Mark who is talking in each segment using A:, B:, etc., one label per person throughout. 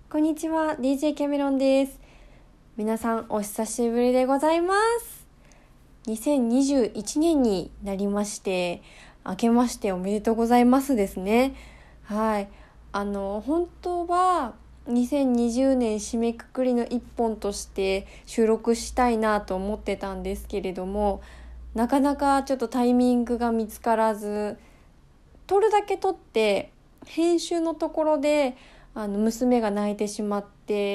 A: こんにちは、DJ キャメロンです。皆さんお久しぶりでございます。2021年になりまして、明けましておめでとうございますですね。はい。本当は2020年締めくくりの一本として収録したいなと思ってたんですけれども、なかなかちょっとタイミングが見つからず、撮るだけ撮って編集のところで娘が泣いてしまって、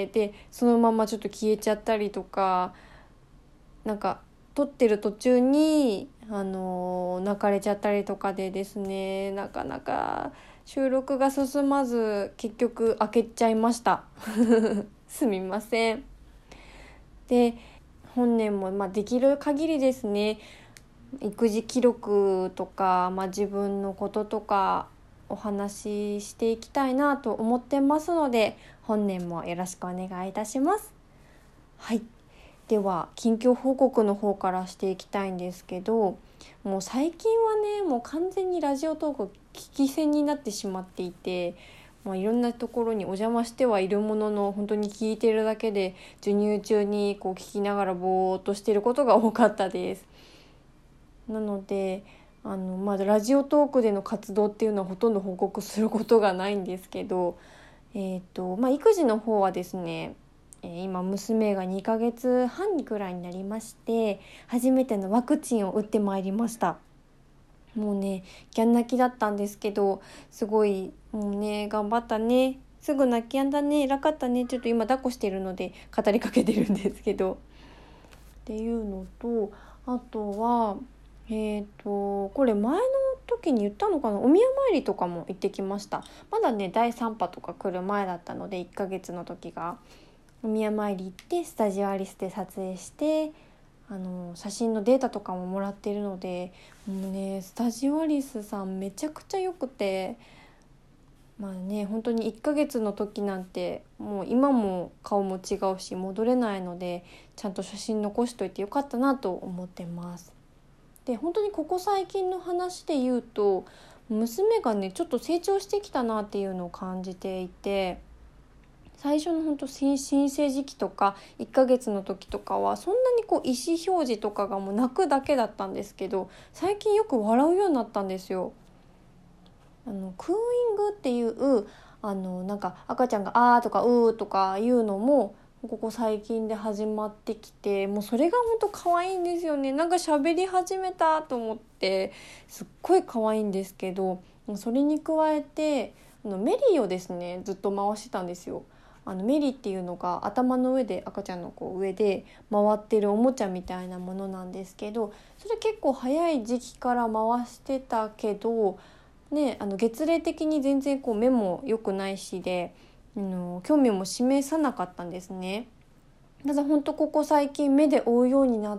A: でそのままちょっと消えちゃったりとか、なんか撮ってる途中に泣かれちゃったりとかでですね、なかなか収録が進まず結局開けちゃいましたすみません。で本年もできる限りですね、育児記録とか、自分のこととかお話ししていきたいなと思ってますので、本年もよろしくお願いいたします。はい。では近況報告の方からしていきたいんですけど、もう最近はね、もう完全にラジオトーク聞き戦になってしまっていて、いろんなところにお邪魔してはいるものの、本当に聞いてるだけで授乳中に聞きながらぼーっとしていることが多かったです。なのでラジオトークでの活動っていうのはほとんど報告することがないんですけど、育児の方はですね、今娘が2ヶ月半くらいになりまして、初めてのワクチンを打ってまいりました。もうね、ギャン泣きだったんですけど、すごいもうね、頑張ったね、すぐ泣き止んだね、偉かったね、ちょっと今抱っこしてるので語りかけてるんですけど、っていうのと、あとはこれ前の時に言ったのかな、お宮参りとかも行ってきました。まだね第3波とか来る前だったので、1ヶ月の時がお宮参り行ってスタジオアリスで撮影して、写真のデータとかももらってるので、もうねスタジオアリスさんめちゃくちゃ良くて、本当に1ヶ月の時なんてもう今も顔も違うし戻れないので、ちゃんと写真残しといてよかったなと思ってます。で本当にここ最近の話で言うと、娘がねちょっと成長してきたなっていうのを感じていて、最初の本当新生児期とか1ヶ月の時とかはそんなに意思表示とかがもう泣くだけだったんですけど、最近よく笑うようになったんですよ。クーイングっていうなんか赤ちゃんがあーとかうーとかいうのもここ最近で始まってきて、もうそれが本当可愛いんですよね。なんか喋り始めたと思って、すっごい可愛いんですけど、それに加えてメリーをですねずっと回してたんですよ。メリーっていうのが頭の上で、赤ちゃんの上で回ってるおもちゃみたいなものなんですけど、それ結構早い時期から回してたけどね、月齢的に全然目も良くないしで、興味も示さなかったんですね。ただ本当ここ最近目で追うようになって、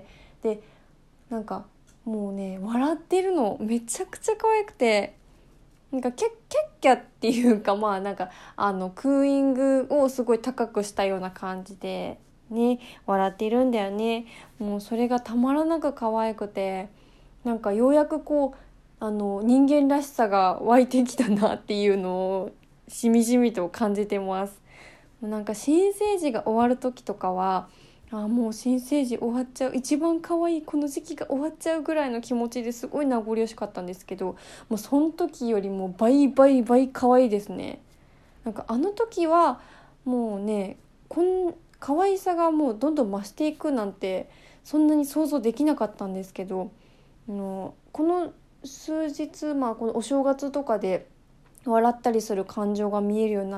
A: でなんかもうね笑ってるのめちゃくちゃ可愛くて、なんかキャッキャっていうか、クーイングをすごい高くしたような感じでね笑っているんだよね。もうそれがたまらなく可愛くて、なんかようやく人間らしさが湧いてきたなっていうのをしみじみと感じてます。なんか新生児が終わる時とかは、もう新生児終わっちゃう、一番可愛いこの時期が終わっちゃうぐらいの気持ちですごい名残惜しかったんですけど、もうその時よりも倍可愛いですね。なんかあの時はもうね、可愛さがもうどんどん増していくなんてそんなに想像できなかったんですけど、この数日、このお正月とかで笑ったりする感情が見えるようになって、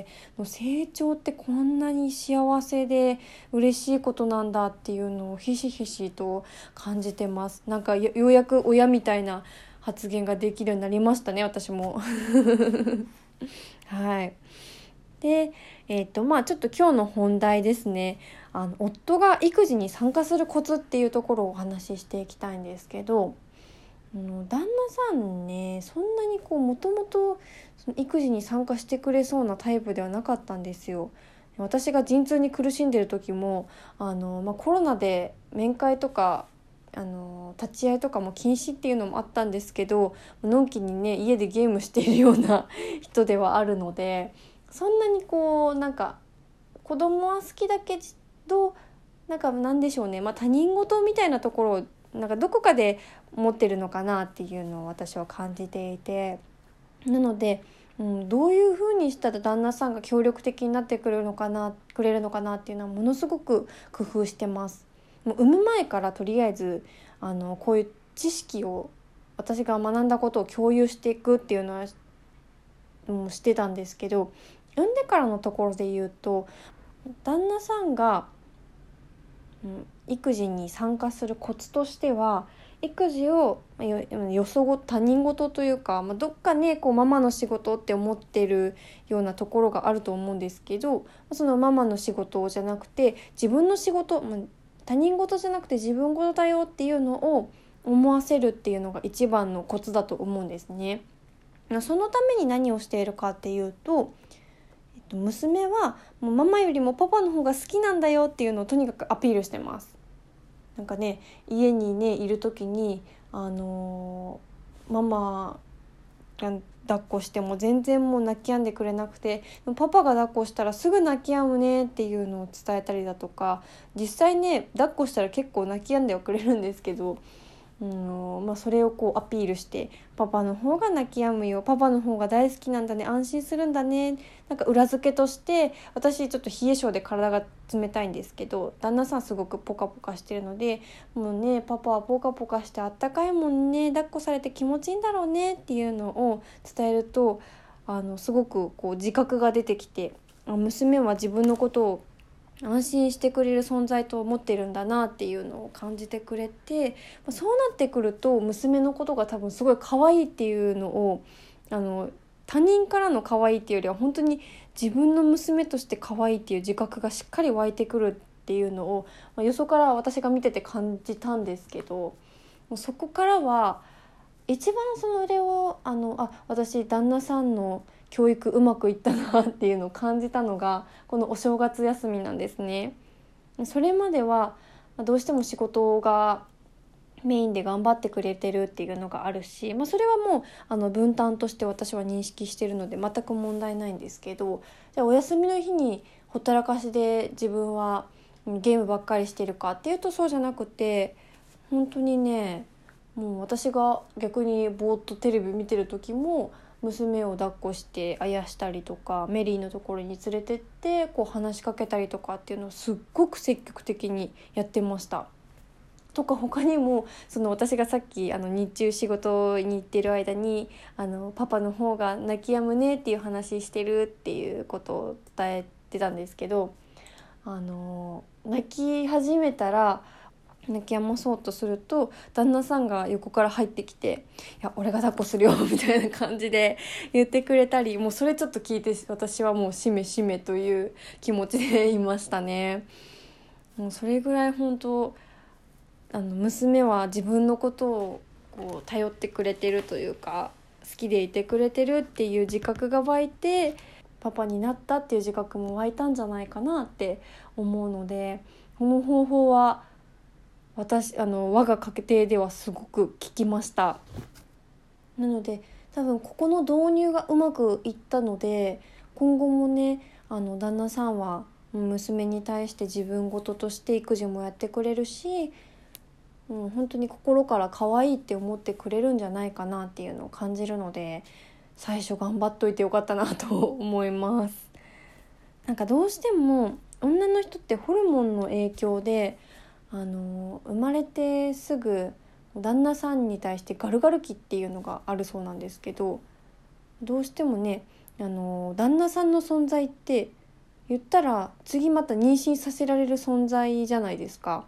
A: 成長ってこんなに幸せで嬉しいことなんだっていうのをひしひしと感じてます。なんかようやく親みたいな発言ができるようになりましたね、私もはい。で、ちょっと今日の本題ですね。夫が育児に参加するコツっていうところをお話ししていきたいんですけど、旦那さんね、そんなにもともと育児に参加してくれそうなタイプではなかったんですよ。私が陣痛に苦しんでる時もコロナで面会とか立ち会いとかも禁止っていうのもあったんですけど、のんきにね家でゲームしているような人ではあるので、 そんなにこうなんか子供は好きだけどなんでしょうね、他人事みたいなところをどこかで持ってるのかなっていうのを私は感じていて、なので、どういう風にしたら旦那さんが協力的になってくれるのかなっていうのはものすごく工夫してます。もう産む前からとりあえずこういう知識を私が学んだことを共有していくっていうのはしてたんですけど、産んでからのところで言うと旦那さんが、育児に参加するコツとしては、育児を他人事というか、どっかねこうママの仕事って思ってるようなところがあると思うんですけど、そのママの仕事じゃなくて自分の仕事、他人事じゃなくて自分事だよっていうのを思わせるっていうのが一番のコツだと思うんですね。そのために何をしているかっていうと、娘はもうママよりもパパの方が好きなんだよっていうのをとにかくアピールしてます。家にねいる時にママが抱っこしても全然もう泣き止んでくれなくて、パパが抱っこしたらすぐ泣き止むねっていうのを伝えたりだとか、実際ね抱っこしたら結構泣き止んではくれるんですけど、それをこうアピールして、パパの方が泣き止むよ、パパの方が大好きなんだね、安心するんだね、裏付けとして、私ちょっと冷え性で体が冷たいんですけど、旦那さんすごくポカポカしてるので、もうねパパはポカポカしてあったかいもんね、抱っこされて気持ちいいんだろうねっていうのを伝えると、すごくこう自覚が出てきて、娘は自分のことを安心してくれる存在と思ってるんだなっていうのを感じてくれて、そうなってくると娘のことが多分すごい可愛いっていうのを他人からの可愛いっていうよりは本当に自分の娘として可愛いっていう自覚がしっかり湧いてくるっていうのを、よそから私が見てて感じたんですけど、もうそこからは一番それを私旦那さんの教育うまくいったなっていうのを感じたのがこのお正月休みなんですね。それまではどうしても仕事がメインで頑張ってくれてるっていうのがあるし、それはもう分担として私は認識してるので全く問題ないんですけど、じゃあお休みの日にほったらかしで自分はゲームばっかりしてるかっていうとそうじゃなくて、本当にねもう私が逆にぼーっとテレビ見てる時も娘を抱っこしてあやしたりとか、メリーのところに連れてってこう話しかけたりとかっていうのをすっごく積極的にやってました。とか他にも私がさっき日中仕事に行ってる間にパパの方が泣き止むねっていう話してるっていうことを伝えてたんですけど、泣き始めたら泣き止まそうとすると旦那さんが横から入ってきて、いや俺が抱っこするよみたいな感じで言ってくれたり、もうそれちょっと聞いて私はもうしめしめという気持ちでいましたね。もうそれぐらい本当娘は自分のことをこう頼ってくれてるというか、好きでいてくれてるっていう自覚が湧いてパパになったっていう自覚も湧いたんじゃないかなって思うので、この方法は我が家庭ではすごく効きました。なので多分ここの導入がうまくいったので、今後もね旦那さんは娘に対して自分事として育児もやってくれるし、本当に心から可愛いって思ってくれるんじゃないかなっていうのを感じるので、最初頑張っといてよかったなと思います。どうしても女の人ってホルモンの影響で生まれてすぐ旦那さんに対してガルガル期っていうのがあるそうなんですけど、どうしてもね旦那さんの存在って言ったら次また妊娠させられる存在じゃないですか。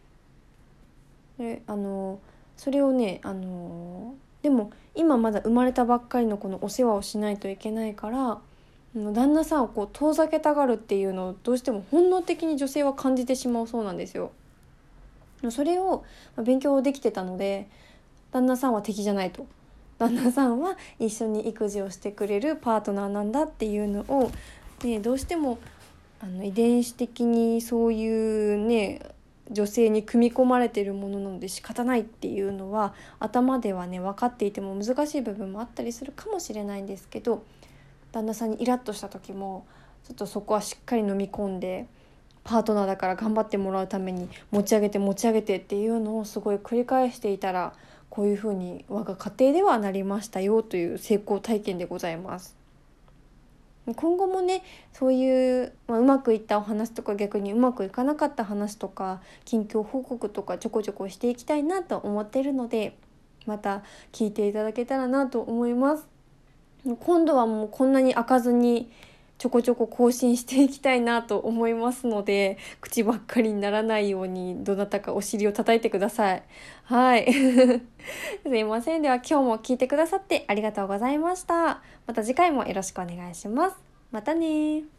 A: でそれをねでも今まだ生まれたばっかりの子のお世話をしないといけないから、旦那さんをこう遠ざけたがるっていうのをどうしても本能的に女性は感じてしまうそうなんですよ。それを勉強できてたので、旦那さんは敵じゃないと、旦那さんは一緒に育児をしてくれるパートナーなんだっていうのを、どうしても遺伝子的にそういうね女性に組み込まれているものなので仕方ないっていうのは頭ではね分かっていても難しい部分もあったりするかもしれないんですけど、 旦那さんにイラッとした時もちょっとそこはしっかり飲み込んで、パートナーだから頑張ってもらうために持ち上げてっていうのをすごい繰り返していたら、こういうふうに我が家庭ではなりましたよという成功体験でございます。今後もね、そういう、うまくいったお話とか逆にうまくいかなかった話とか近況報告とかちょこちょこしていきたいなと思っているので、また聞いていただけたらなと思います。今度はもうこんなに開かずにちょこちょこ更新していきたいなと思いますので、口ばっかりにならないようにどなたかお尻を叩いてください。はいすいません。では今日も聞いてくださってありがとうございました。また次回もよろしくお願いします。またね。